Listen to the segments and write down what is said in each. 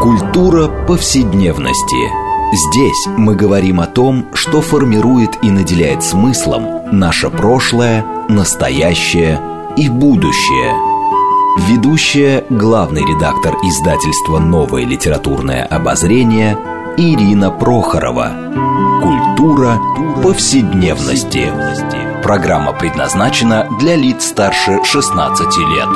Культура повседневности. Здесь мы говорим о том, что формирует и наделяет смыслом наше прошлое, настоящее и будущее. Ведущая, главный редактор издательства «Новое литературное обозрение» Ирина Прохорова. Культура повседневности. Программа предназначена для лиц старше 16 лет.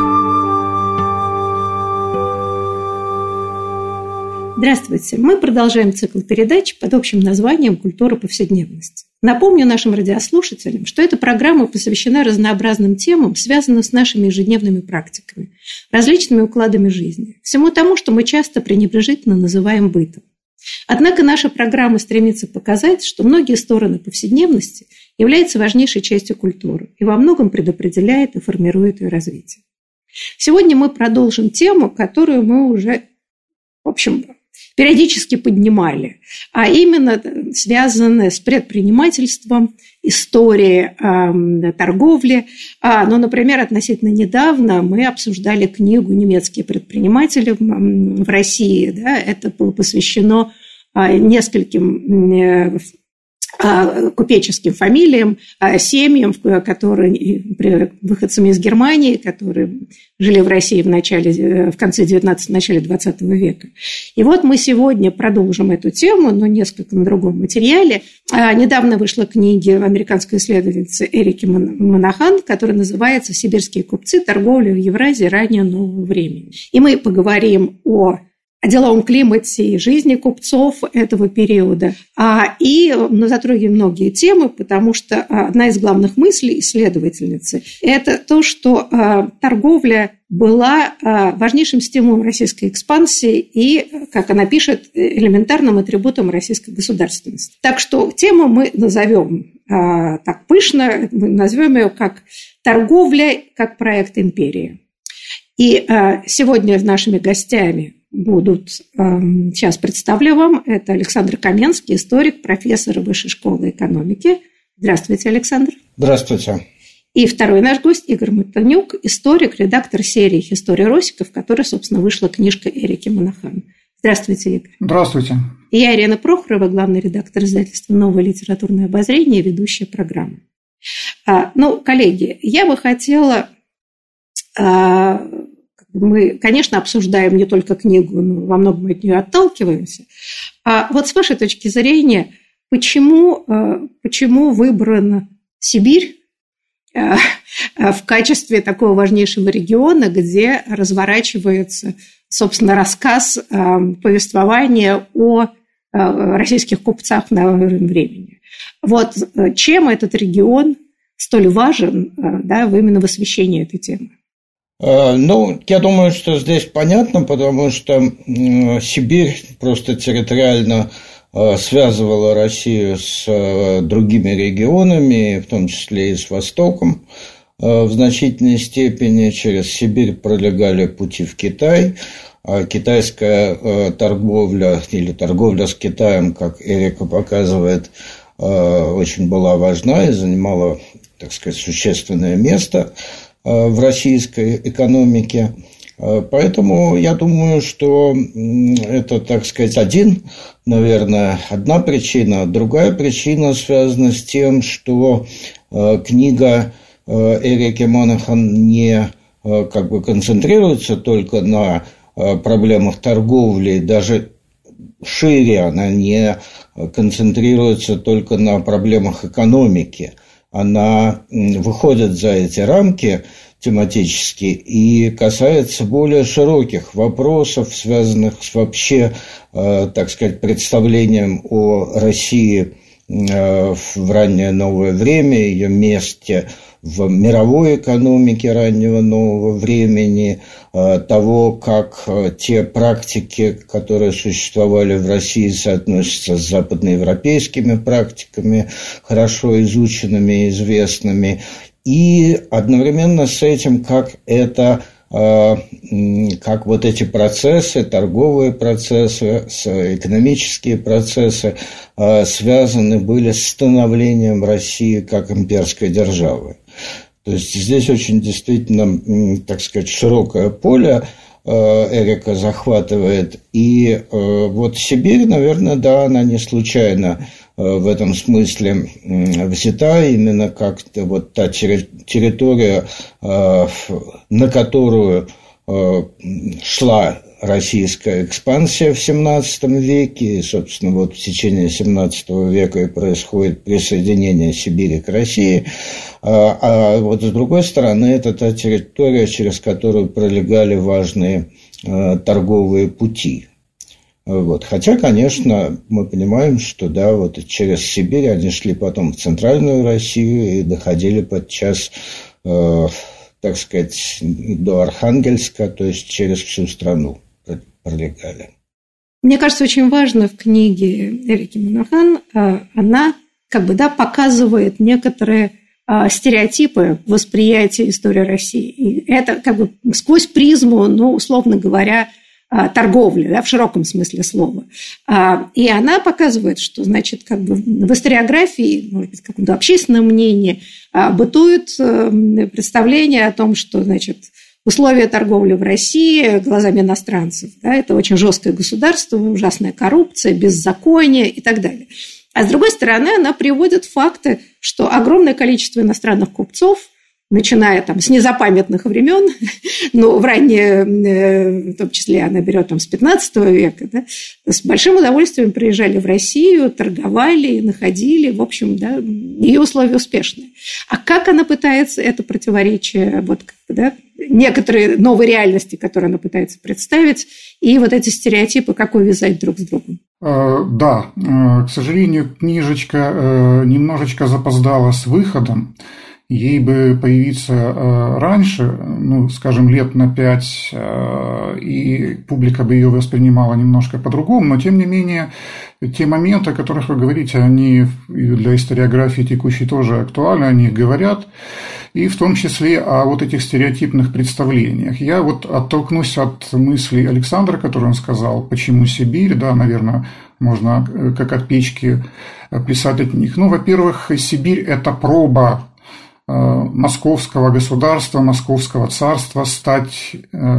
Здравствуйте! Мы продолжаем цикл передач под общим названием «Культура повседневности». Напомню нашим радиослушателям, что эта программа посвящена разнообразным темам, связанным с нашими ежедневными практиками, различными укладами жизни, всему тому, что мы часто пренебрежительно называем бытом. Однако наша программа стремится показать, что многие стороны повседневности являются важнейшей частью культуры и во многом предопределяет и формирует ее развитие. Сегодня мы продолжим тему, которую мы уже, периодически поднимали, а именно связанная с предпринимательством, историей торговли. Например, относительно недавно мы обсуждали книгу «Немецкие предприниматели в России». Да, это было посвящено нескольким купеческим фамилиям, семьям, которые выходцами из Германии, которые жили в России в конце 19-го, начале 20 века. И вот мы сегодня продолжим эту тему, но несколько на другом материале. Недавно вышла книга американской исследовательницы Эрики Монахан, которая называется «Сибирские купцы. Торговля в Евразии ранее нового времени». И мы поговорим о деловом климате и жизни купцов этого периода. И затрагиваем многие темы, потому что одна из главных мыслей исследовательницы – это то, что торговля была важнейшим стимулом российской экспансии и, как она пишет, элементарным атрибутом российской государственности. Так что тему мы назовем так пышно, мы назовем ее как «Торговля как проект империи». И сегодня нашими гостями будут, сейчас представлю вам, это Александр Каменский, историк, профессор Высшей школы экономики. Здравствуйте, Александр. Здравствуйте. И второй наш гость Игорь Мотанюк, историк, редактор серии «История Росика», в которой, собственно, вышла книжка Эрики Монахан. Здравствуйте, Игорь. Здравствуйте. И я, Ирина Прохорова, главный редактор издательства «Новое литературное обозрение», ведущая программы. Коллеги, я бы хотела... Мы, конечно, обсуждаем не только книгу, но во многом от нее отталкиваемся. Вот с вашей точки зрения, почему выбрана Сибирь в качестве такого важнейшего региона, где разворачивается, собственно, рассказ, повествование о российских купцах нового времени? Вот чем этот регион столь важен, именно в освещении этой темы? Я думаю, что здесь понятно, потому что Сибирь просто территориально связывала Россию с другими регионами, в том числе и с Востоком. В значительной степени через Сибирь пролегали пути в Китай. Китайская торговля или торговля с Китаем, как Эрика показывает, очень была важна и занимала, так сказать, существенное место в российской экономике. Поэтому я думаю, что это, так сказать, одна причина. Другая причина связана с тем, что книга Эрики Монахан не концентрируется только на проблемах торговли, даже шире она не концентрируется только на проблемах экономики. Она выходит за эти рамки тематически и касается более широких вопросов, связанных с вообще, так сказать, представлением о России в раннее новое время, ее месте в мировой экономике раннего нового времени, того, как те практики, которые существовали в России, соотносятся с западноевропейскими практиками, хорошо изученными и известными, и одновременно с этим, как вот эти процессы, торговые процессы, экономические процессы связаны были с становлением России как имперской державы. То есть здесь очень действительно, так сказать, широкое поле Эрика захватывает. И вот Сибирь, наверное, да, она не случайно в этом смысле взята именно как вот та территория, на которую шла российская экспансия в XVII веке, и, собственно, вот в течение XVII века и происходит присоединение Сибири к России, а вот с другой стороны, это та территория, через которую пролегали важные торговые пути. Вот. Хотя, конечно, мы понимаем, что да, вот через Сибирь они шли потом в Центральную Россию и доходили подчас, так сказать, до Архангельска, то есть через всю страну пролегали. Мне кажется, очень важно в книге Эрики Монахан, она как бы, да, показывает некоторые стереотипы восприятия истории России. И это как бы сквозь призму, ну, условно говоря, торговли, да, в широком смысле слова. И она показывает, что, значит, как бы в историографии, может быть, в каком-то общественном мнении бытует представление о том, что, значит, условия торговли в России глазами иностранцев, да, это очень жесткое государство, ужасная коррупция, беззаконие и так далее. А с другой стороны, она приводит факты, что огромное количество иностранных купцов, начиная там с незапамятных времен, но в ранние, в том числе она берет там с 15 века, да, с большим удовольствием приезжали в Россию, торговали, находили, в общем, да, ее условия успешные. А как она пытается это противоречие, вот, да, некоторые новые реальности, которые она пытается представить, и вот эти стереотипы, как увязать друг с другом? Да, к сожалению, книжечка немножечко запоздала с выходом. Ей бы появиться раньше, ну, скажем, лет на 5, и публика бы ее воспринимала немножко по-другому, но, тем не менее, те моменты, о которых вы говорите, они для историографии текущей тоже актуальны, о них говорят, и в том числе о вот этих стереотипных представлениях. Я вот оттолкнусь от мысли Александра, которую он сказал, почему Сибирь, да, наверное, можно как от печки плясать от них. Ну, во-первых, Сибирь – это проба московского государства, московского царства стать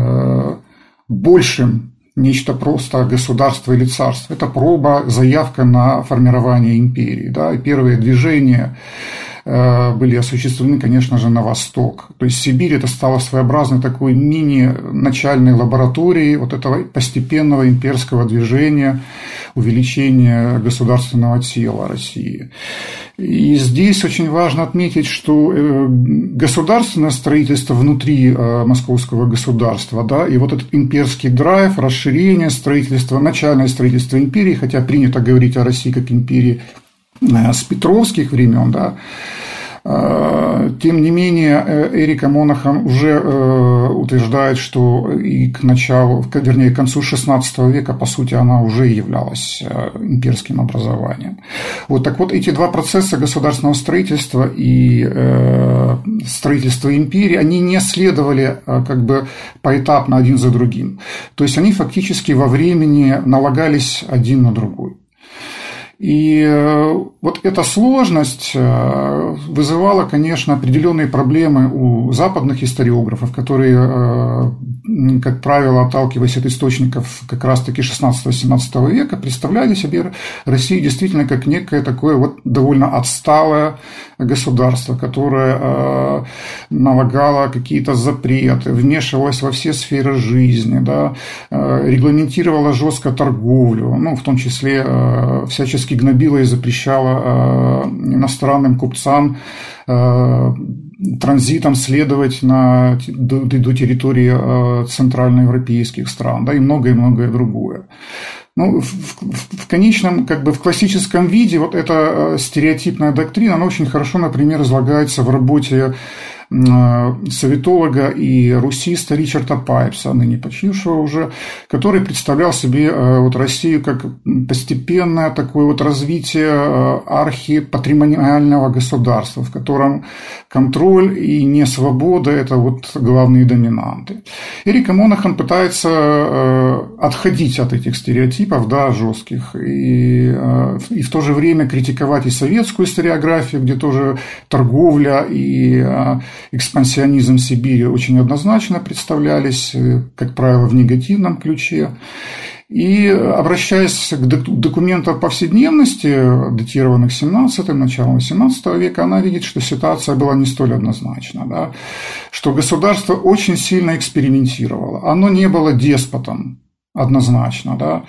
большим, нечто просто государство или царство. Это проба, заявка на формирование империи. Да? И первые движения были осуществлены, конечно же, на восток. То есть Сибирь это стала своеобразной такой мини-начальной лабораторией вот этого постепенного имперского движения, увеличения государственного тела России. И здесь очень важно отметить, что государственное строительство внутри московского государства, да, и вот этот имперский драйв, расширение строительства, начальное строительство империи, хотя принято говорить о России как империи с петровских времен, да, тем не менее, Эрика Монахан уже утверждает, что и к началу, вернее, к концу XVI века, по сути, она уже являлась имперским образованием. Вот, так вот, эти два процесса государственного строительства и строительства империи, они не следовали как бы поэтапно один за другим. То есть, они фактически во времени налагались один на другой. И вот эта сложность вызывала, конечно, определенные проблемы у западных историографов, которые, как правило, отталкиваясь от источников как раз-таки XVI-XVII века, представляли себе Россию действительно как некое такое вот довольно отсталое государство, которое налагало какие-то запреты, вмешивалось во все сферы жизни, да, регламентировало жестко торговлю, ну, в том числе всячески гнобила и запрещала иностранным купцам транзитом следовать до территории центральноевропейских стран, да, и многое другое. Ну, в конечном, как бы в классическом виде вот эта стереотипная доктрина, она очень хорошо, например, излагается в работе советолога и русиста Ричарда Пайпса, ныне почившего уже, который представлял себе вот Россию как постепенное такое вот развитие архипатримониального государства, в котором контроль и несвобода – это вот главные доминанты. Эрика Монахан пытается отходить от этих стереотипов, да, жестких, и в то же время критиковать и советскую историографию, где тоже торговля и экспансионизм Сибири очень однозначно представлялись, как правило, в негативном ключе. И, обращаясь к документам повседневности, датированных 17-м, началом 18 века, она видит, что ситуация была не столь однозначна, да? Что государство очень сильно экспериментировало. Оно не было деспотом однозначно, да?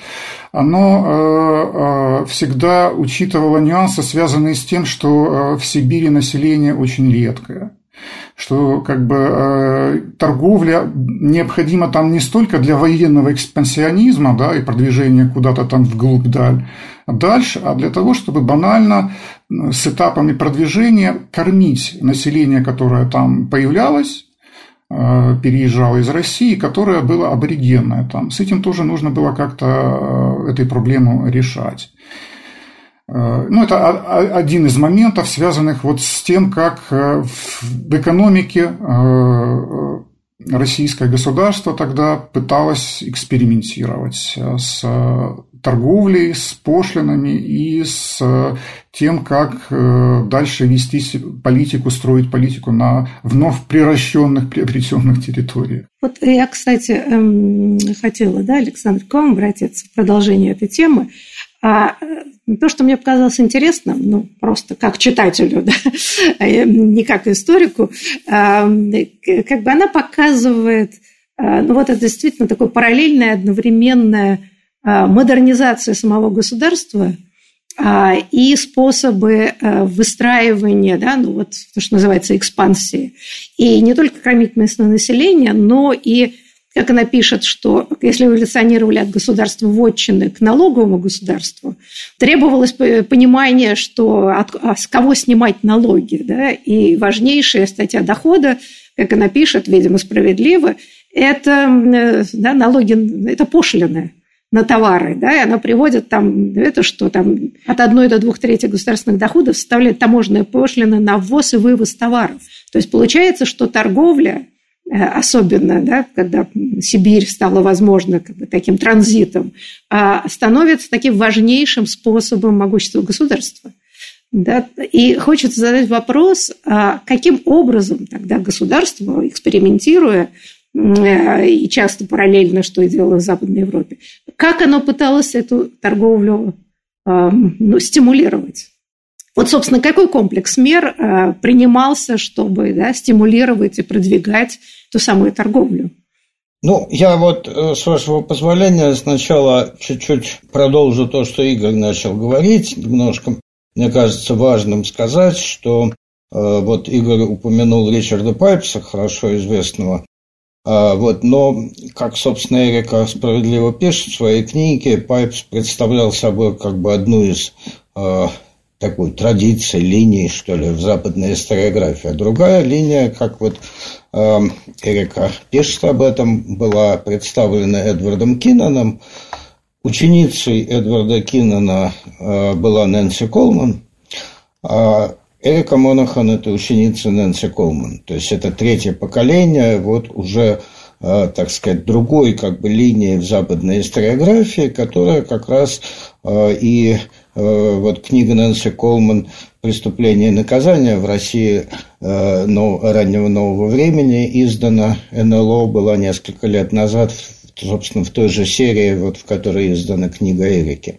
Оно всегда учитывало нюансы, связанные с тем, что в Сибири население очень редкое. Что как бы торговля необходима там не столько для военного экспансионизма, да, и продвижения куда-то там вглубь дальше, а для того, чтобы банально с этапами продвижения кормить население, которое там появлялось, переезжало из России, которое было аборигенное там. С этим тоже нужно было как-то эту проблему решать. Ну, это один из моментов, связанных вот с тем, как в экономике российское государство тогда пыталось экспериментировать с торговлей, с пошлинами и с тем, как дальше вести политику, строить политику на вновь приращенных, приобретенных территориях. Вот я, кстати, хотела, Александр, к вам обратиться в продолжение этой темы. То, что мне показалось интересным, просто как читателю, не как историку, как бы она показывает, это действительно такое параллельное, одновременная модернизация самого государства и способы выстраивания, то, что называется, экспансии. И не только кормить местное население, но и, как она пишет, что если эволюционировали от государства вотчины к налоговому государству, требовалось понимание, что с кого снимать налоги. И важнейшая статья дохода, как она пишет, видимо, справедливо, это налоги, это пошлины на товары. И она приводит что от 1 до 2/3 государственных доходов составляет таможенные пошлины на ввоз и вывоз товаров. То есть получается, что торговля, особенно, когда Сибирь стала, возможно, таким транзитом, становится таким важнейшим способом могущества государства. И хочется задать вопрос, каким образом тогда государство, экспериментируя, и часто параллельно, что и делало в Западной Европе, как оно пыталось эту торговлю стимулировать? Вот, собственно, какой комплекс мер принимался, чтобы стимулировать и продвигать ту самую торговлю? Я с вашего позволения, сначала чуть-чуть продолжу то, что Игорь начал говорить. Немножко, мне кажется, важным сказать, что Игорь упомянул Ричарда Пайпса, хорошо известного. Но, как, собственно, Эрика справедливо пишет в своей книге, Пайпс представлял собой одну из такой традиции, линии, что ли, в западной историографии. А другая линия, как Эрика пишет об этом, была представлена Эдвардом Киннаном. Ученицей Эдварда Киннана была Нэнси Колман, а Эрика Монахан – это ученица Нэнси Колман. То есть, это третье поколение, уже, так сказать, другой линии в западной историографии, которая как раз и книга Нэнси Колман «Преступление и наказание» в России раннего нового времени издана НЛО, была несколько лет назад, собственно, в той же серии, в которой издана книга Эрики.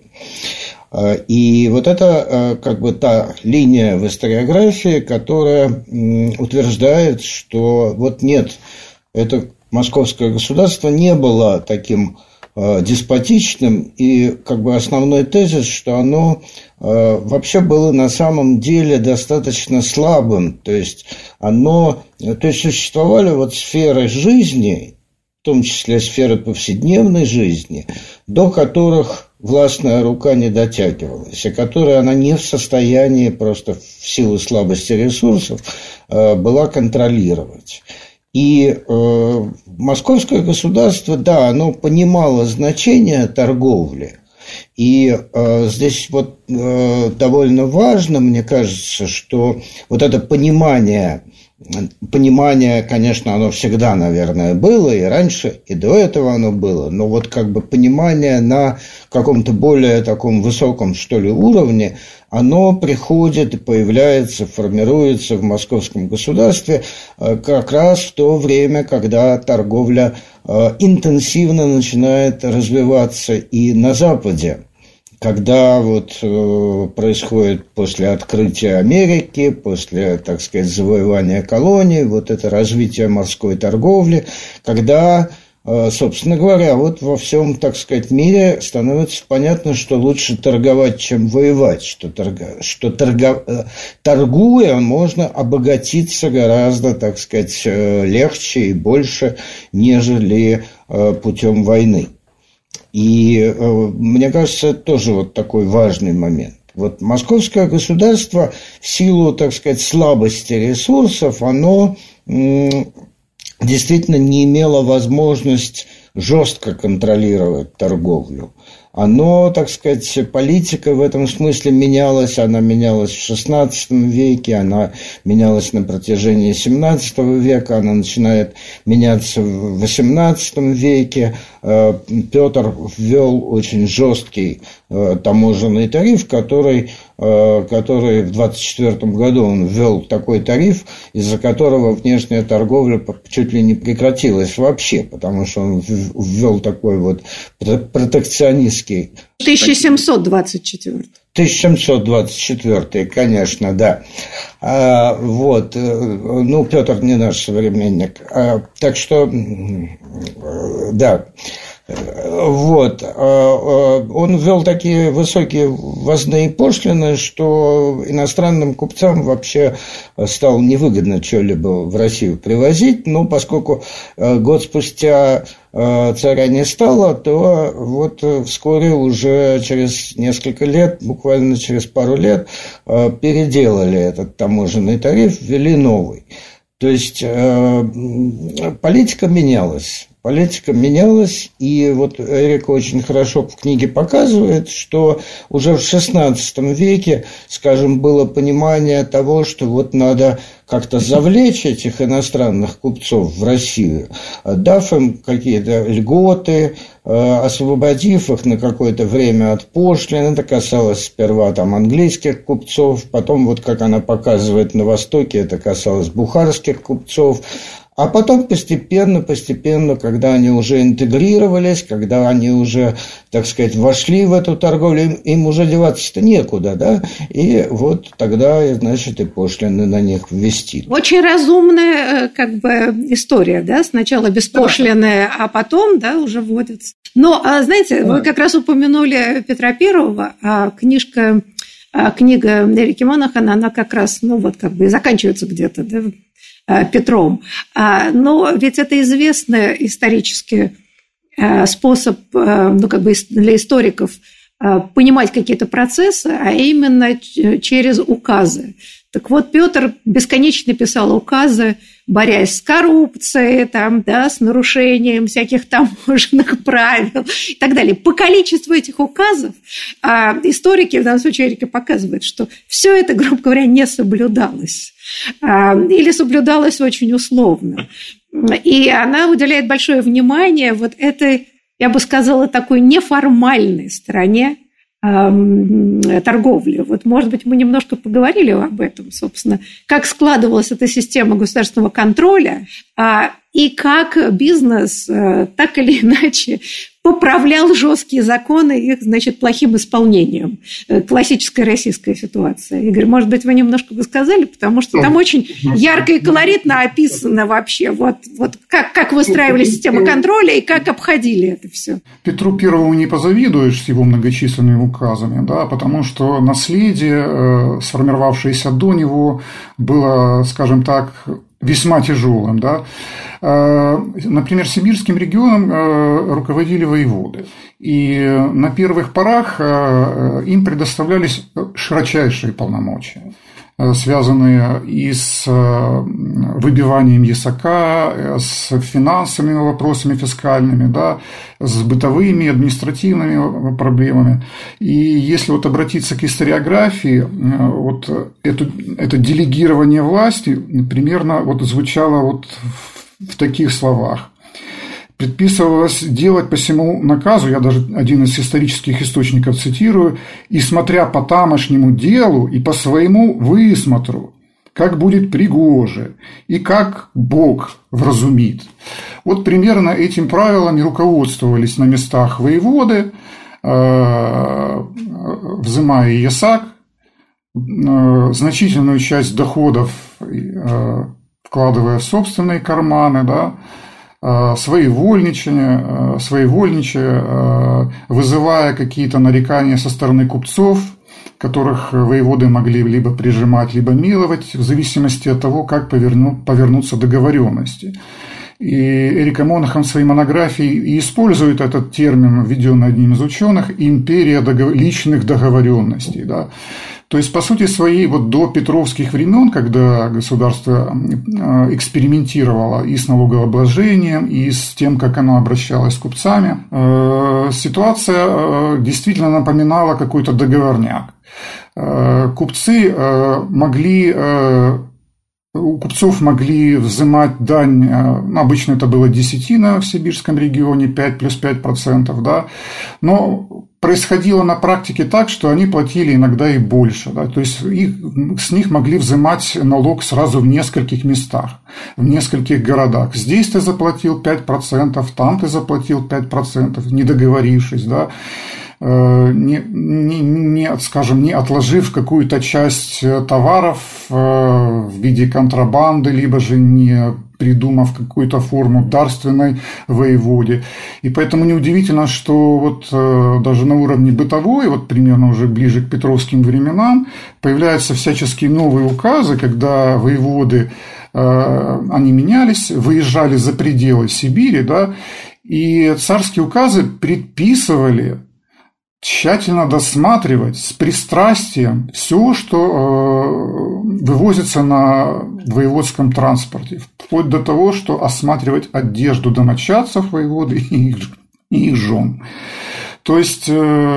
И это та линия в историографии, которая утверждает, что нет, это московское государство не было таким деспотичным, и основной тезис, что оно вообще было на самом деле достаточно слабым, то есть существовали сферы жизни, в том числе сферы повседневной жизни, до которых властная рука не дотягивалась, и которые она не в состоянии просто в силу слабости ресурсов была контролировать. И московское государство, оно понимало значение торговли. И здесь довольно важно, мне кажется, что это понимание понимание, конечно, оно всегда, наверное, было, и раньше, и до этого оно было, но вот как бы понимание на каком-то более таком высоком, что ли, уровне, оно приходит и появляется, формируется в московском государстве как раз в то время, когда торговля интенсивно начинает развиваться и на Западе. Когда вот происходит после открытия Америки, после, так сказать, завоевания колоний, вот это развитие морской торговли, когда, собственно говоря, вот во всем, так сказать, мире становится понятно, что лучше торговать, чем воевать, что торгуя можно обогатиться гораздо, так сказать, легче и больше, нежели путем войны. И мне кажется, это тоже вот такой важный момент. Вот московское государство в силу, так сказать, слабости ресурсов, оно действительно не имело возможность жестко контролировать торговлю. Оно, так сказать, политика в этом смысле менялась, она менялась в XVI веке, она менялась на протяжении XVII века, она начинает меняться в XVIII веке. Петр ввел очень жесткий таможенный тариф, который в 1924 году он ввел такой тариф, из-за которого внешняя торговля чуть ли не прекратилась вообще, потому что он ввел такой вот протекционистский. 1724. 1724, конечно, да. Вот. Ну, Петр не наш современник. Так что, да. Вот. Он ввел такие высокие ввозные пошлины, что иностранным купцам вообще стало невыгодно что-либо в Россию привозить, но поскольку год спустя царя не стало, то вот вскоре уже через несколько лет, буквально через пару лет, переделали этот таможенный тариф, ввели новый. То есть политика менялась. Политика менялась, и вот Эрик очень хорошо в книге показывает, что уже в XVI веке, скажем, было понимание того, что вот надо как-то завлечь этих иностранных купцов в Россию, дав им какие-то льготы, освободив их на какое-то время от пошлин. Это касалось сперва там английских купцов, потом, вот как она показывает на Востоке, это касалось бухарских купцов. А потом постепенно, когда они уже интегрировались, когда они уже, так сказать, вошли в эту торговлю, им уже деваться-то некуда, да, и вот тогда, значит, и пошлины на них ввести. Очень разумная, как бы, история, да, сначала беспошлинная, а потом, да, уже вводится. Но, знаете, вы как раз упомянули Петра Первого, а книга Эрики Монахана, она как раз, ну, вот, как бы, и заканчивается где-то, да, Петром. Но ведь это известный исторический способ, ну, как бы для историков понимать какие-то процессы, а именно через указы. Так вот, Петр бесконечно писал указы, борясь с коррупцией, там, да, с нарушением всяких таможенных правил и так далее. По количеству этих указов историки, в данном случае Эрика, показывают, что все это, грубо говоря, не соблюдалось. Или соблюдалось очень условно. И она уделяет большое внимание вот этой, я бы сказала, такой неформальной стороне торговли. Вот, может быть, мы немножко поговорили об этом, собственно, как складывалась эта система государственного контроля, и как бизнес так или иначе поправлял жесткие законы их, значит, плохим исполнением. Классическая российская ситуация. Игорь, может быть, вы немножко бы сказали, потому что там очень ярко и колоритно описано вообще, вот как выстраивали систему контроля и как обходили это все. Петру Первому не позавидуешь с его многочисленными указами, да, потому что наследие, сформировавшееся до него, было, скажем так, весьма тяжелым, да. Например, сибирским регионом руководили воеводы, и на первых порах им предоставлялись широчайшие полномочия. связанные и с выбиванием ясака, с финансовыми вопросами фискальными, да, с бытовыми, административными проблемами. И если вот обратиться к историографии, вот это делегирование власти примерно вот звучало вот в таких словах. Предписывалось делать по всему наказу, я даже один из исторических источников цитирую, и смотря по тамошнему делу и по своему высмотру, как будет пригоже и как Бог вразумит. Вот примерно этим правилами руководствовались на местах воеводы, взимая ясак, значительную часть доходов вкладывая в собственные карманы, да, своевольничая, вызывая какие-то нарекания со стороны купцов, которых воеводы могли либо прижимать, либо миловать, в зависимости от того, как повернутся договоренности. И Эрик Монахан в своей монографии использует этот термин, введенный одним из ученых, «империя личных договоренностей». Да. То есть, по сути своей, вот до петровских времен, когда государство экспериментировало и с налогообложением, и с тем, как оно обращалось с купцами, ситуация действительно напоминала какой-то договорняк. У купцов могли взимать дань, обычно это было десятина в сибирском регионе, 5 плюс 5%, да, но происходило на практике так, что они платили иногда и больше, да, то есть с них могли взимать налог сразу в нескольких местах, в нескольких городах. Здесь ты заплатил 5%, там ты заплатил 5%, не договорившись, да. Не отложив какую-то часть товаров в виде контрабанды, либо же не придумав какую-то форму дарственной воеводе. И поэтому неудивительно, что вот даже на уровне бытовой, вот примерно уже ближе к петровским временам, появляются всяческие новые указы, когда воеводы, они менялись, выезжали за пределы Сибири, да, и царские указы предписывали тщательно досматривать с пристрастием все, что вывозится на воеводском транспорте, вплоть до того, что осматривать одежду домочадцев воеводы и их жен. То есть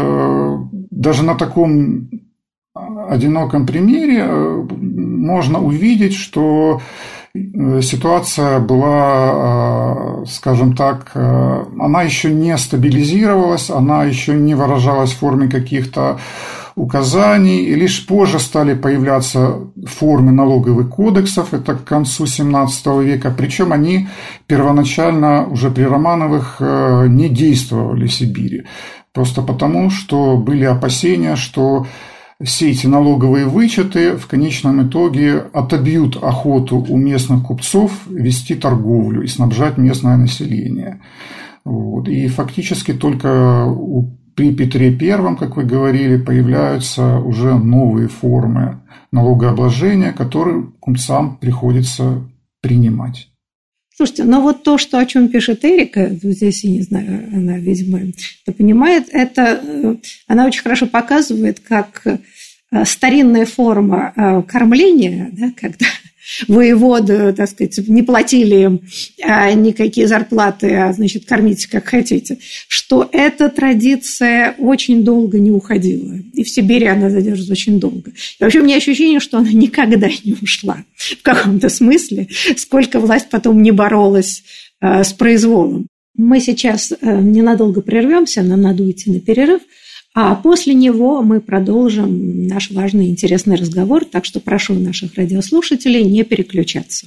даже на таком одиноком примере можно увидеть, что ситуация была, скажем так, она еще не стабилизировалась, она еще не выражалась в форме каких-то указаний, и лишь позже стали появляться формы налоговых кодексов, это к концу XVII века, причем они первоначально уже при Романовых не действовали в Сибири, просто потому, что были опасения, что все эти налоговые вычеты в конечном итоге отобьют охоту у местных купцов вести торговлю и снабжать местное население. Вот. И фактически только при Петре I, как вы говорили, появляются уже новые формы налогообложения, которые купцам приходится принимать. Слушайте, но вот то, о чем пишет Эрика, здесь, я не знаю, она, видимо, это понимает, она очень хорошо показывает, как старинная форма кормления, да, когда воеводы, так сказать, не платили им никакие зарплаты, а, значит, кормите как хотите, что эта традиция очень долго не уходила. И в Сибири она задерживалась очень долго. И вообще у меня ощущение, что она никогда не ушла в каком-то смысле, сколько власть потом не боролась с произволом. Мы сейчас ненадолго прервемся, нам надо уйти на перерыв, а после него мы продолжим наш важный и интересный разговор, так что прошу наших радиослушателей не переключаться.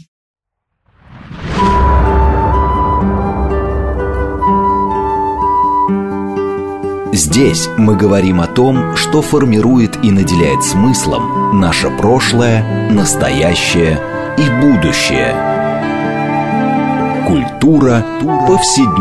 Здесь мы говорим о том, что формирует и наделяет смыслом наше прошлое, настоящее и будущее. Культура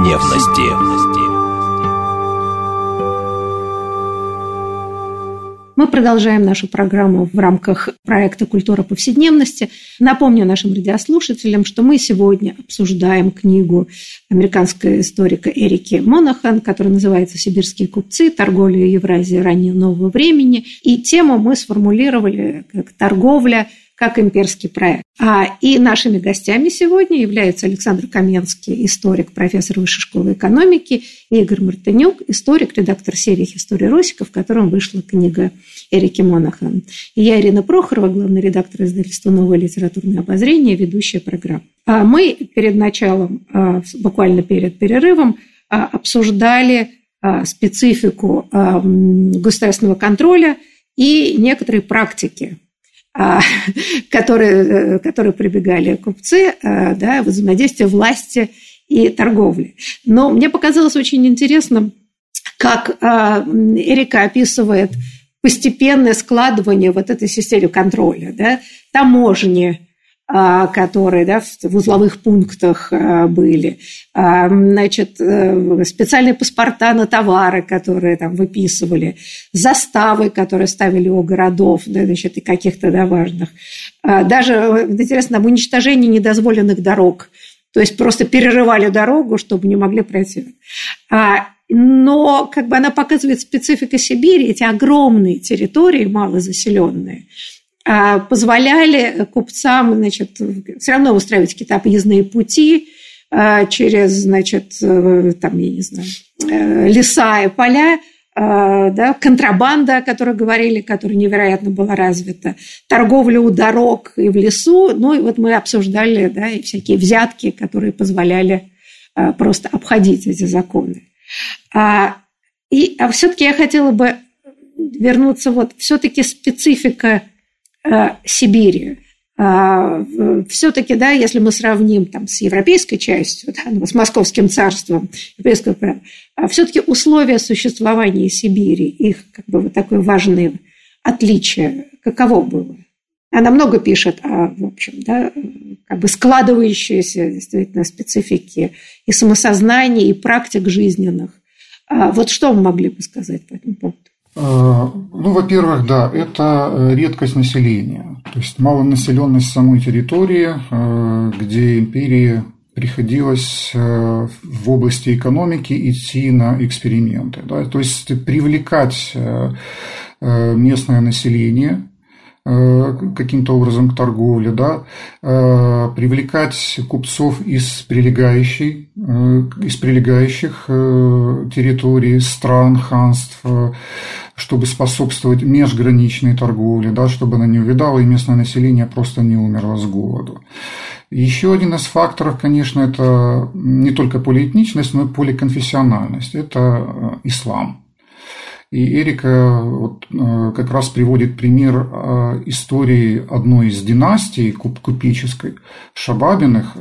повседневности. Мы продолжаем нашу программу в рамках проекта «Культура повседневности». Напомню нашим радиослушателям, что мы сегодня обсуждаем книгу американского историка Эрики Монахан, которая называется «Сибирские купцы. Торговля Евразии раннего нового времени». И тему мы сформулировали как «Торговля как имперский проект». И нашими гостями сегодня являются Александр Каменский, историк, профессор Высшей школы экономики, и Игорь Мартынюк, историк, редактор серии «История Русика», в котором вышла книга Эрики Монахан. И я, Ирина Прохорова, главный редактор издательства «Новое литературное обозрение», ведущая программы. Мы перед началом, буквально перед перерывом, обсуждали специфику государственного контроля и некоторые практики, которые прибегали купцы, да, взаимодействие власти и торговли. Но мне показалось очень интересным, как Эрика описывает постепенное складывание вот этой системы контроля, да, таможни, которые, да, в узловых пунктах были, значит, специальные паспорта на товары, которые там выписывали, заставы, которые ставили у городов, да, значит, и каких-то, да, важных. Даже, интересно, уничтожение недозволенных дорог, то есть просто перерывали дорогу, чтобы не могли пройти. Но как бы она показывает специфику Сибири, эти огромные территории, малозаселенные, позволяли купцам, значит, все равно устраивать какие-то объездные пути через, значит, там, я не знаю, леса и поля, да, контрабанда, о которой говорили, которая невероятно была развита, торговля у дорог и в лесу. Ну, и вот мы обсуждали, да, и всякие взятки, которые позволяли просто обходить эти законы. Все-таки я хотела бы вернуться, вот все-таки специфика Сибири. Все-таки, да, если мы сравним там с европейской частью, да, с Московским царством, все-таки условия существования Сибири, их как бы вот такое важное отличие, каково было? Она много пишет о, в общем, да, как бы складывающейся действительно специфике и самосознания, и практик жизненных. Вот что вы могли бы сказать по этому поводу? Ну, во-первых, да, это редкость населения, то есть малонаселенность самой территории, где империи приходилось в области экономики идти на эксперименты, да, то есть привлекать местное население каким-то образом к торговле, да, привлекать купцов из прилегающих территорий, стран, ханств, чтобы способствовать межграничной торговле, да, чтобы она не увядала и местное население просто не умерло с голоду. Еще один из факторов, конечно, это не только полиэтничность, но и поликонфессиональность. Это ислам. И Эрика вот как раз приводит пример истории одной из династий купеческой, Шабабиных,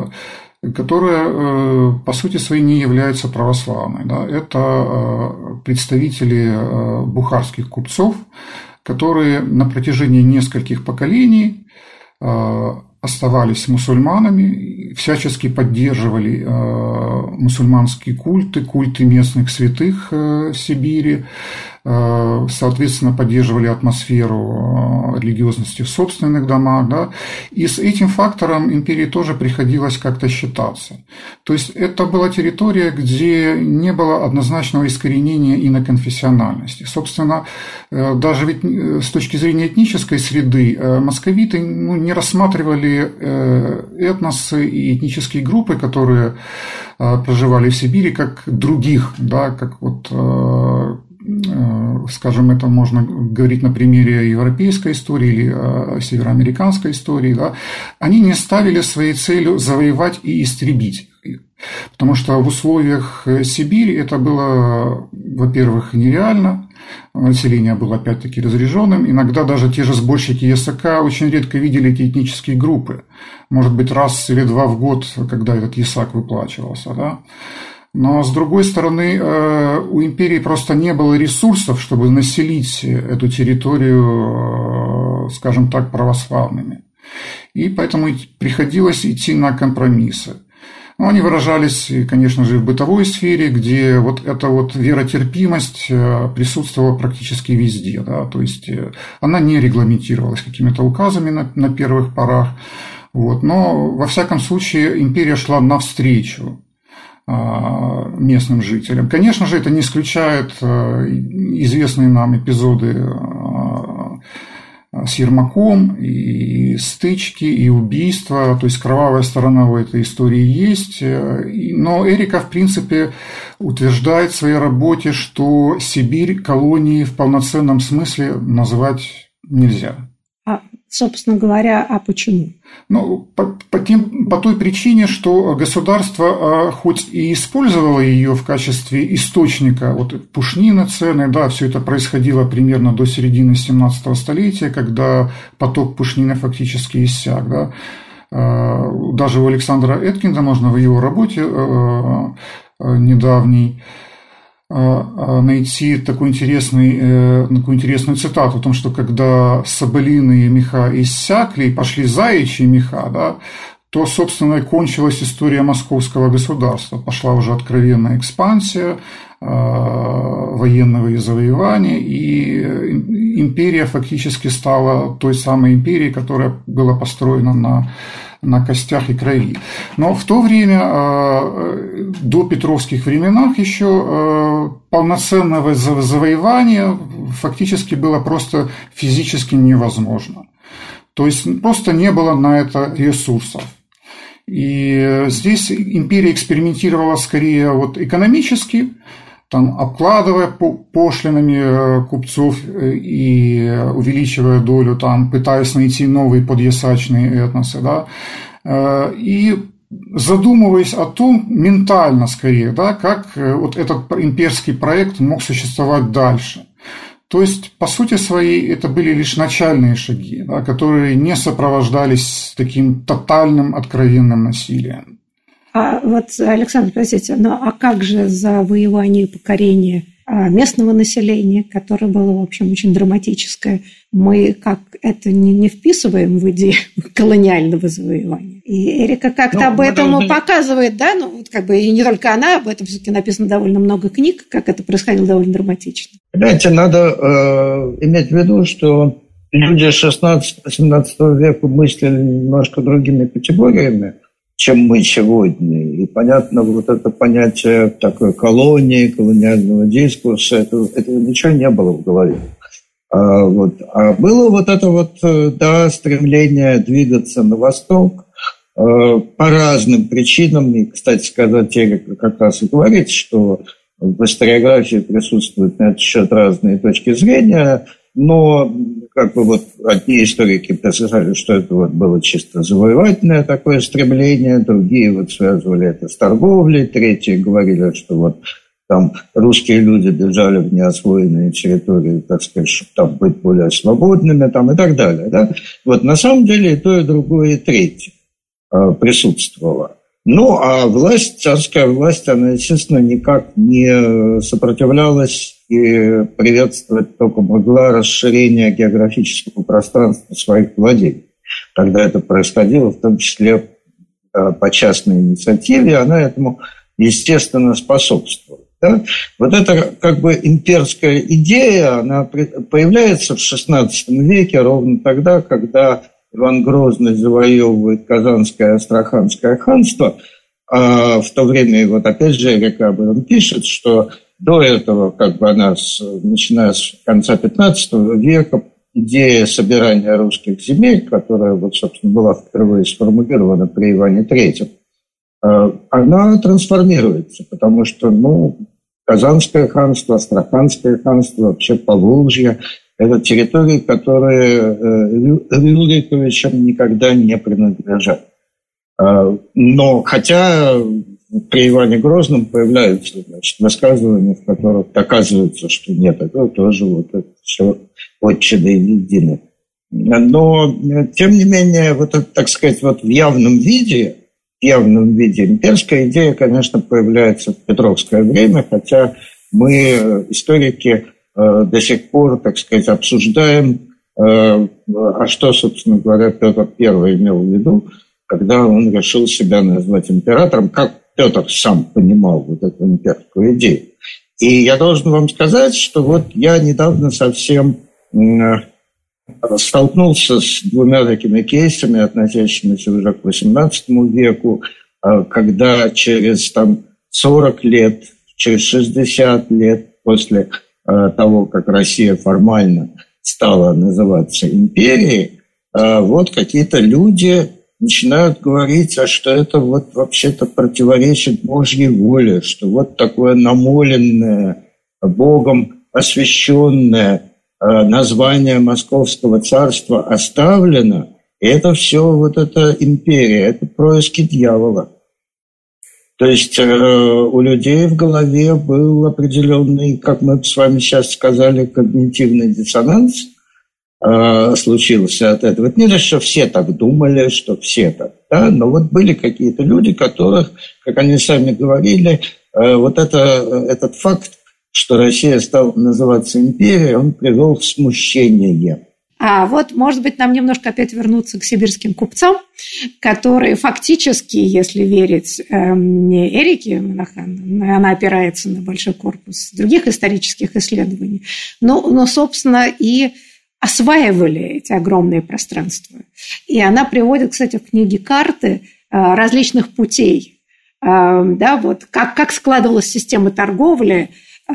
которая по сути своей не является православной. Да? Это представители бухарских купцов, которые на протяжении нескольких поколений оставались мусульманами, всячески поддерживали мусульманские культы местных святых Сибири, соответственно, поддерживали атмосферу религиозности в собственных домах, да, и с этим фактором империи тоже приходилось как-то считаться. То есть это была территория, где не было однозначного искоренения иноконфессиональности. Собственно, даже ведь с точки зрения этнической среды московиты не рассматривали этносы и этнические группы, которые проживали в Сибири, как других, да, как вот, скажем, это можно говорить на примере европейской истории или североамериканской истории, да, они не ставили своей целью завоевать и истребить их. Потому что в условиях Сибири это было, во-первых, нереально, население было опять-таки разряженным, иногда даже те же сборщики ясака очень редко видели эти этнические группы, может быть, раз или два в год, когда этот ясак выплачивался, да. Но, с другой стороны, у империи просто не было ресурсов, чтобы населить эту территорию, скажем так, православными. И поэтому приходилось идти на компромиссы. Но они выражались, конечно же, в бытовой сфере, где вот эта вот веротерпимость присутствовала практически везде. Да? То есть она не регламентировалась какими-то указами на первых порах. Вот. Но, во всяком случае, империя шла навстречу местным жителям. Конечно же, это не исключает известные нам эпизоды с Ермаком, и стычки, и убийства, то есть кровавая сторона у этой истории есть. Но Эрика, в принципе, утверждает в своей работе, что Сибирь колонией в полноценном смысле назвать нельзя. Собственно говоря, а почему? Ну, по той причине, что государство хоть и использовало ее в качестве источника вот, пушнины ценной, да, все это происходило примерно до середины 17 столетия, когда поток пушнины фактически иссяк. Да. Даже у Александра Эткинда можно в его работе недавней найти такую интересную цитату о том, что когда соболиные меха иссякли и пошли заячьи меха, да, то, собственно, кончилась история московского государства. Пошла уже откровенная экспансия, военного завоевания, и империя фактически стала той самой империей, которая была построена на костях и крови. Но в то время, до петровских временах еще полноценного завоевания фактически было просто физически невозможно. То есть просто не было на это ресурсов. И здесь империя экспериментировала скорее вот экономически, там, обкладывая пошлинами купцов и увеличивая долю, там, пытаясь найти новые подъясачные этносы, да, и задумываясь о том, ментально скорее, да, как вот этот имперский проект мог существовать дальше. То есть, по сути своей, это были лишь начальные шаги, да, которые не сопровождались таким тотальным, откровенным насилием. А вот, Александр, простите, а как же завоевание и покорение местного населения, которое было, в общем, очень драматическое? Мы как это не вписываем в идею колониального завоевания? И Эрика как-то об этом показывает, да? Ну, вот как бы и не только она, об этом все-таки написано довольно много книг, как это происходило довольно драматично. Понимаете, надо иметь в виду, что люди 16-17 века мыслили немножко другими категориями, чем мы сегодня. И, понятно, вот это понятие такой колонии, колониального дискурса, этого ничего не было в голове. А было вот это вот, да, стремление двигаться на восток по разным причинам. И, кстати сказать, Эрика как раз и говорит, что в историографии присутствуют на этот счет разные точки зрения, но как бы вот одни историки писали, что это вот было чисто завоевательное такое стремление, другие вот связывали это с торговлей, третьи говорили, что вот там русские люди бежали в неосвоенные территории, так сказать, чтобы там быть более свободными там, и так далее. Да? Вот на самом деле и то, и другое, и третье присутствовало. Ну, а власть, царская власть, она, естественно, никак не сопротивлялась и приветствовать только могла расширение географического пространства своих владений. Когда это происходило, в том числе по частной инициативе, она этому, естественно, способствовала. Да? Вот эта как бы имперская идея, она появляется в XVI веке ровно тогда, когда Иван Грозный завоевывает Казанское и Астраханское ханство, а в то время, вот опять же, Эрика об этом пишет, что до этого, как бы она, начиная с конца XV века, идея собирания русских земель, которая, вот, собственно, была впервые сформулирована при Иване III, она трансформируется, потому что, Казанское ханство, Астраханское ханство, вообще Поволжье – это территории, которые Рюриковичам никогда не принадлежат. Но хотя при Иване Грозном появляются, высказывания, в которых доказывается, что нет, это тоже вот это все отчины едины. Но, тем не менее, вот это, так сказать, вот в явном виде имперская идея, конечно, появляется в петровское время, хотя мы, историки, до сих пор, так сказать, обсуждаем, а что, собственно говоря, Петр I имел в виду, когда он решил себя назвать императором, как Петр сам понимал вот эту имперскую идею. И я должен вам сказать, что вот я недавно совсем столкнулся с двумя такими кейсами, относящимися уже к XVIII веку, когда через 40 лет, через 60 лет после того, как Россия формально стала называться империей, вот какие-то люди начинают говорить, что это вот вообще-то противоречит Божьей воле, что вот такое намоленное, Богом освященное название Московского царства оставлено, и это все вот эта империя, это происки дьявола. То есть у людей в голове был определенный, как мы с вами сейчас сказали, когнитивный диссонанс случился от этого. Это не то, что все так думали, что все так, да? Но вот были какие-то люди, которых, как они сами говорили, вот этот факт, что Россия стала называться империей, он привел в смущение. А вот, может быть, нам немножко опять вернуться к сибирским купцам, которые фактически, если верить Эрике Монахан, она опирается на большой корпус других исторических исследований, но собственно, и осваивали эти огромные пространства. И она приводит, кстати, в книге карты различных путей, да, вот как складывалась система торговли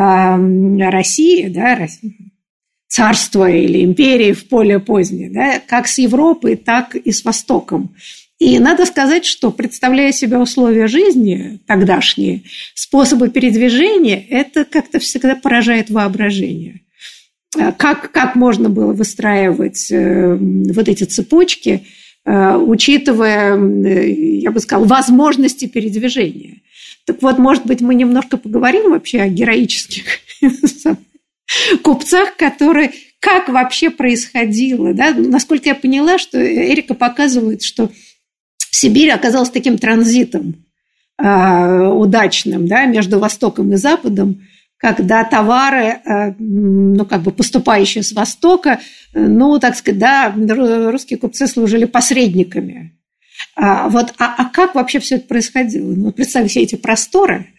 России, да, царства или империи в более позднее, да, как с Европой, так и с Востоком. И надо сказать, что, представляя себе условия жизни тогдашние, способы передвижения, это как-то всегда поражает воображение. Как можно было выстраивать вот эти цепочки, учитывая, я бы сказала, возможности передвижения. Так вот, может быть, мы немножко поговорим вообще о героических купцах, которые как вообще происходило. Да? Насколько я поняла, что Эрика показывает, что Сибирь оказалась таким транзитом удачным, да, между Востоком и Западом, когда товары, поступающие с Востока, так сказать, да, русские купцы служили посредниками. А как вообще все это происходило? Представьте все эти просторы.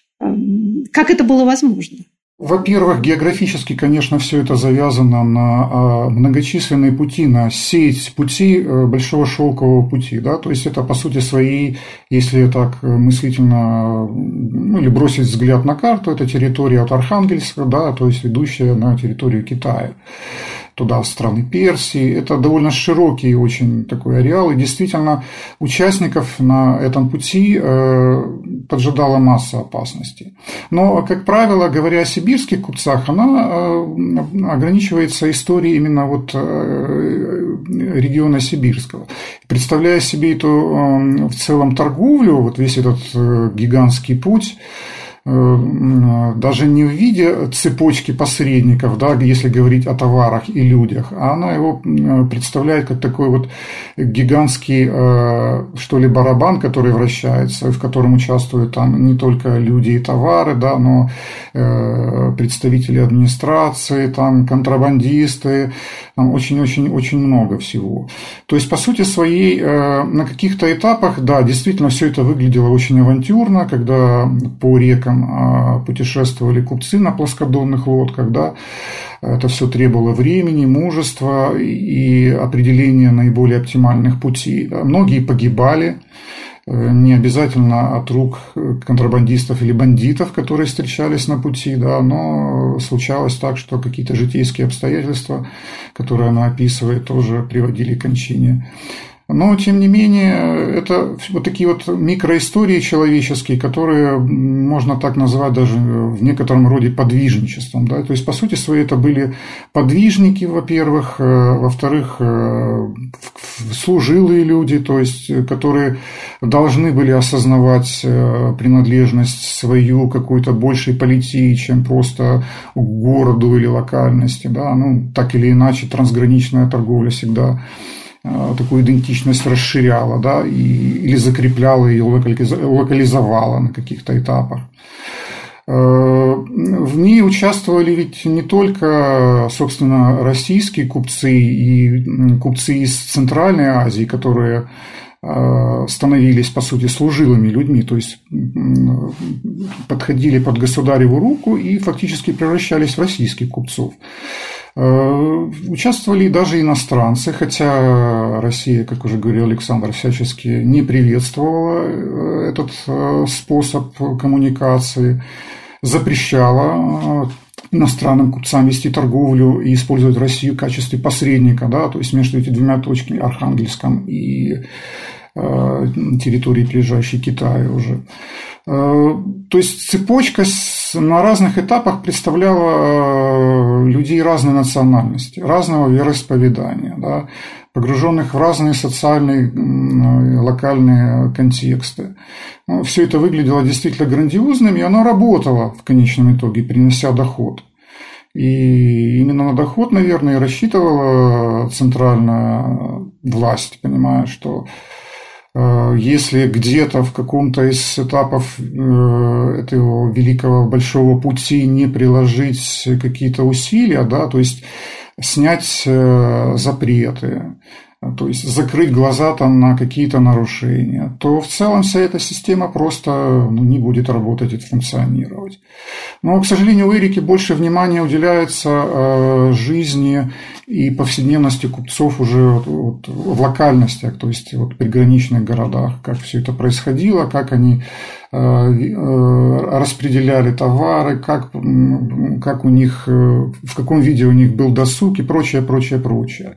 Как это было возможно? Во-первых, географически, конечно, все это завязано на многочисленные пути, на сеть путей Большого Шелкового пути. Да? То есть это, по сути своей, если так мыслительно, или бросить взгляд на карту, это территория от Архангельска, да, то есть ведущая на территорию Китая, туда, в страны Персии. Это довольно широкий очень такой ареал, и действительно участников на этом пути поджидала масса опасностей. Но, как правило, говоря о сибирских купцах, она ограничивается историей именно региона сибирского. Представляя себе эту в целом торговлю, весь этот гигантский путь, даже не в виде цепочки посредников, да, если говорить о товарах и людях, а она его представляет как такой гигантский, что ли, барабан, который вращается, в котором участвуют там не только люди и товары, да, но представители администрации, там, контрабандисты, там очень-очень-очень много всего. То есть, по сути своей, на каких-то этапах, да, действительно, все это выглядело очень авантюрно, когда по рекам путешествовали купцы на плоскодонных лодках, да, это все требовало времени, мужества и определения наиболее оптимальных путей. Да. Многие погибали, не обязательно от рук контрабандистов или бандитов, которые встречались на пути, да, но случалось так, что какие-то житейские обстоятельства, которые она описывает, тоже приводили к кончине. Но, тем не менее, это вот такие микроистории человеческие, которые можно так назвать даже в некотором роде подвижничеством. Да? То есть, по сути своей, это были подвижники, во-первых, во-вторых, служилые люди, то есть, которые должны были осознавать принадлежность свою какой-то большей политии, чем просто к городу или локальности. Да? Так или иначе, трансграничная торговля всегда такую идентичность расширяла, да, или закрепляла ее, локализовала на каких-то этапах. В ней участвовали ведь не только, собственно, российские купцы и купцы из Центральной Азии, которые становились, по сути, служилыми людьми, то есть подходили под государеву руку и фактически превращались в российских купцов. Участвовали даже иностранцы, хотя Россия, как уже говорил Александр, всячески не приветствовала этот способ коммуникации, запрещала иностранным купцам вести торговлю и использовать Россию в качестве посредника, да, то есть между этими двумя точками, Архангельском и территории, прилежащей к Китаю уже. То есть цепочка на разных этапах представляла людей разной национальности, разного вероисповедания, да, погруженных в разные социальные, локальные контексты. Все это выглядело действительно грандиозным, и оно работало в конечном итоге, принося доход. И именно на доход, наверное, и рассчитывала центральная власть, понимая, что если где-то в каком-то из этапов этого великого большого пути не приложить какие-то усилия, да, то есть снять запреты, то есть закрыть глаза там на какие-то нарушения, то в целом вся эта система просто не будет работать и функционировать. Но, к сожалению, у Эрики больше внимания уделяется жизни и повседневности купцов уже в локальностях, то есть в приграничных городах, как все это происходило, как они распределяли товары, как у них, в каком виде у них был досуг и прочее, прочее, прочее.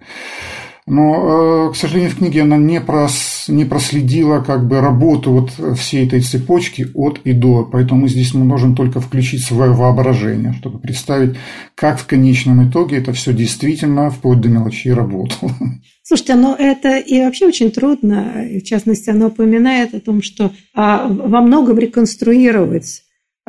Но, к сожалению, в книге она не проследила как бы работу всей этой цепочки от и до, поэтому здесь мы можем только включить свое воображение, чтобы представить, как в конечном итоге это все действительно вплоть до мелочей работало. Слушайте, но это и вообще очень трудно, в частности, оно упоминает о том, что во многом реконструировать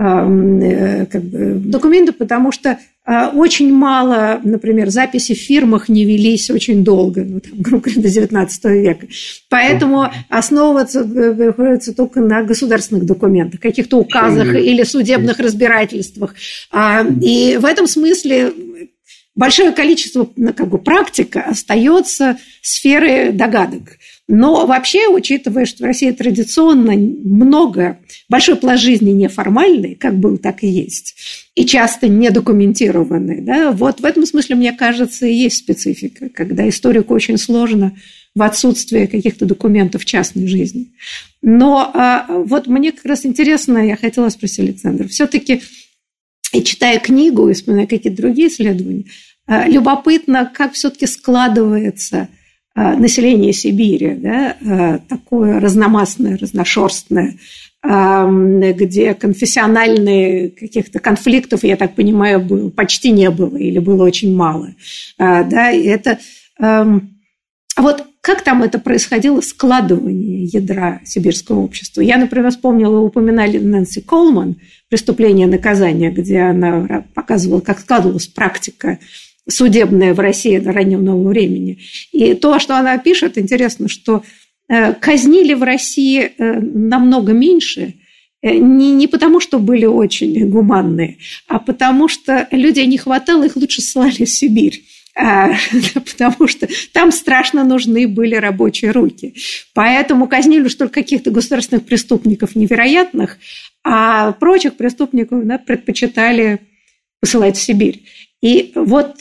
документы, потому что очень мало, например, записи в фирмах не велись очень долго, грубо говоря, до XIX века. Поэтому основываться приходится только на государственных документах, каких-то указах или судебных разбирательствах. И в этом смысле большое количество практика остается сферой догадок. Но вообще, учитывая, что в России традиционно большой пласт жизни неформальный, как был, так и есть, и часто недокументированный, да, вот в этом смысле, мне кажется, и есть специфика, когда историку очень сложно в отсутствии каких-то документов частной жизни. Но вот мне как раз интересно, я хотела спросить Александра, все-таки, читая книгу и вспоминая какие-то другие исследования, любопытно, как все-таки складывается население Сибири, да, такое разномастное, разношерстное, где конфессиональных каких-то конфликтов, я так понимаю, почти не было или было очень мало. Да, и это... Вот как там это происходило, складывание ядра сибирского общества? Я, например, вспомнила, вы упоминали Нэнси Колман «Преступление и наказание», где она показывала, как складывалась практика судебная в России до раннего нового времени. И то, что она пишет, интересно, что казнили в России намного меньше, не потому, что были очень гуманные, а потому что людей не хватало, их лучше ссылали в Сибирь. Потому что там страшно нужны были рабочие руки. Поэтому казнили уж только каких-то государственных преступников невероятных, а прочих преступников, да, предпочитали посылать в Сибирь. И вот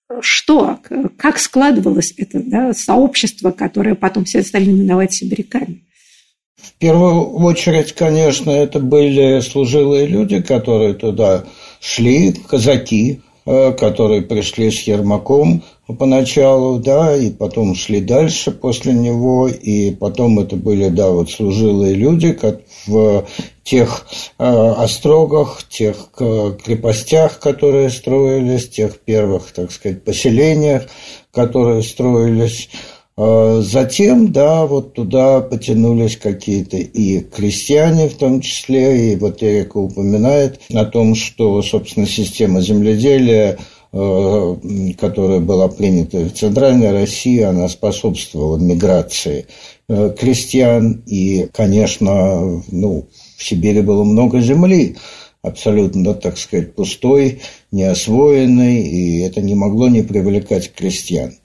как складывалось это, да, сообщество, которое потом все стали именовать сибиряками? В первую очередь, конечно, это были служилые люди, которые туда шли, казаки, которые пришли с Ермаком поначалу, да, и потом шли дальше после него, и потом это были, да, вот служилые люди, как в тех острогах, тех крепостях, которые строились, тех первых, так сказать, поселениях, которые строились. Затем, да, вот туда потянулись какие-то и крестьяне в том числе, и вот Эрика упоминает о том, что, собственно, система земледелия, которая была принята в Центральной России, она способствовала миграции крестьян, и, конечно, в Сибири было много земли, абсолютно, так сказать, пустой, неосвоенной, и это не могло не привлекать крестьян.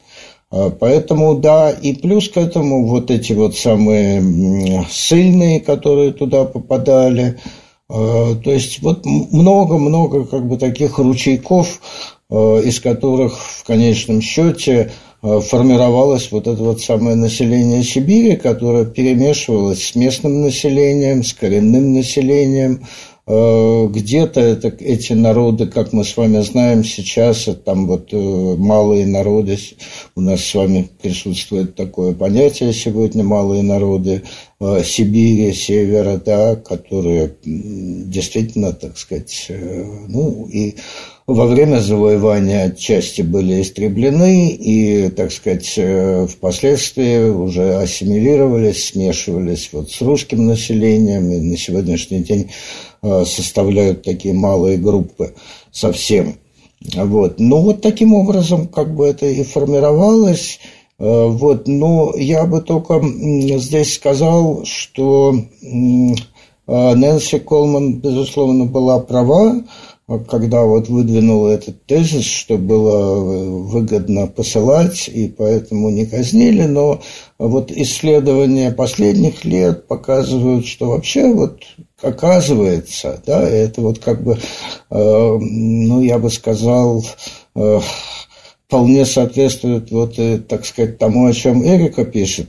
Поэтому, да, и плюс к этому вот эти вот самые ссыльные, которые туда попадали. То есть вот много-много как бы таких ручейков, из которых в конечном счете формировалось вот это вот самое население Сибири, которое перемешивалось с местным населением, с коренным населением. Где-то эти народы, как мы с вами знаем сейчас, там вот малые народы, у нас с вами присутствует такое понятие сегодня, малые народы Сибири, Севера, да, которые действительно, так сказать, и во время завоевания отчасти были истреблены и, так сказать, впоследствии уже ассимилировались, смешивались вот с русским населением и на сегодняшний день составляют такие малые группы совсем. Вот. Ну, вот таким образом как бы это и формировалось. Вот. Но я бы только здесь сказал, что Нэнси Колман, безусловно, была права, когда вот выдвинула этот тезис, что было выгодно посылать, и поэтому не казнили, но вот исследования последних лет показывают, что вообще вот оказывается, да, это вот как бы, я бы сказал, вполне соответствует вот, так сказать, тому, о чем Эрика пишет.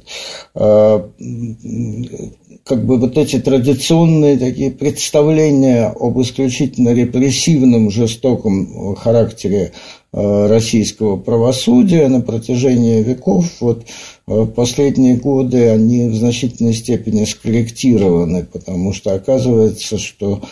Как бы вот эти традиционные такие представления об исключительно репрессивном, жестоком характере российского правосудия на протяжении веков, вот последние годы они в значительной степени скорректированы, потому что оказывается, что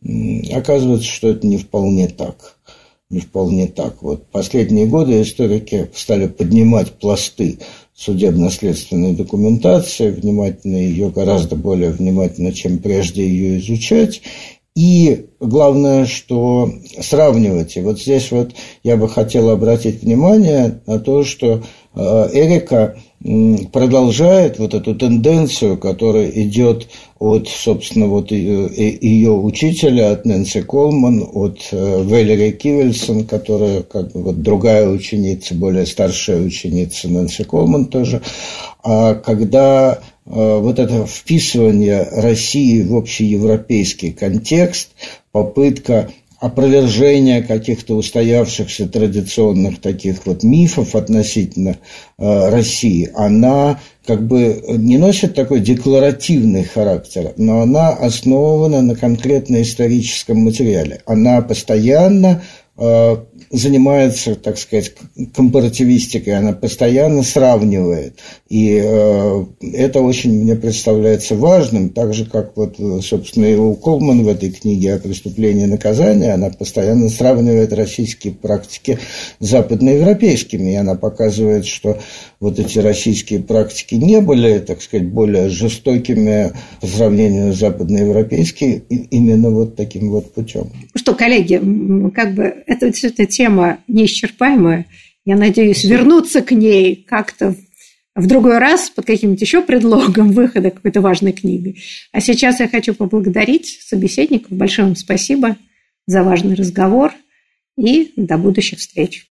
это не вполне так. Не вполне так. Вот последние годы историки стали поднимать пласты судебно-следственной документации, гораздо более внимательно, чем прежде ее изучать. И главное, что сравнивать. И вот здесь вот я бы хотел обратить внимание на то, что Эрика продолжает вот эту тенденцию, которая идет от, собственно, вот ее учителя, от Нэнси Колман, от Валери Кивельсон, которая как бы вот другая ученица, более старшая ученица Нэнси Колман тоже, когда вот это вписывание России в общеевропейский контекст, попытка опровержения каких-то устоявшихся традиционных таких вот мифов относительно России, она как бы не носит такой декларативный характер, но она основана на конкретно историческом материале. Она постоянно занимается, так сказать, компаративистикой, она постоянно сравнивает. И это очень мне представляется важным, так же, как вот, собственно, и у Колман в этой книге о преступлении и наказании, она постоянно сравнивает российские практики с западноевропейскими, и она показывает, что вот эти российские практики не были, так сказать, более жестокими по сравнению с западноевропейскими именно вот таким вот путем. Что, коллеги, как бы эта тема неисчерпаемая. Я надеюсь вернуться к ней как-то в другой раз под каким-нибудь еще предлогом выхода какой-то важной книги. А сейчас я хочу поблагодарить собеседников. Большое вам спасибо за важный разговор и до будущих встреч.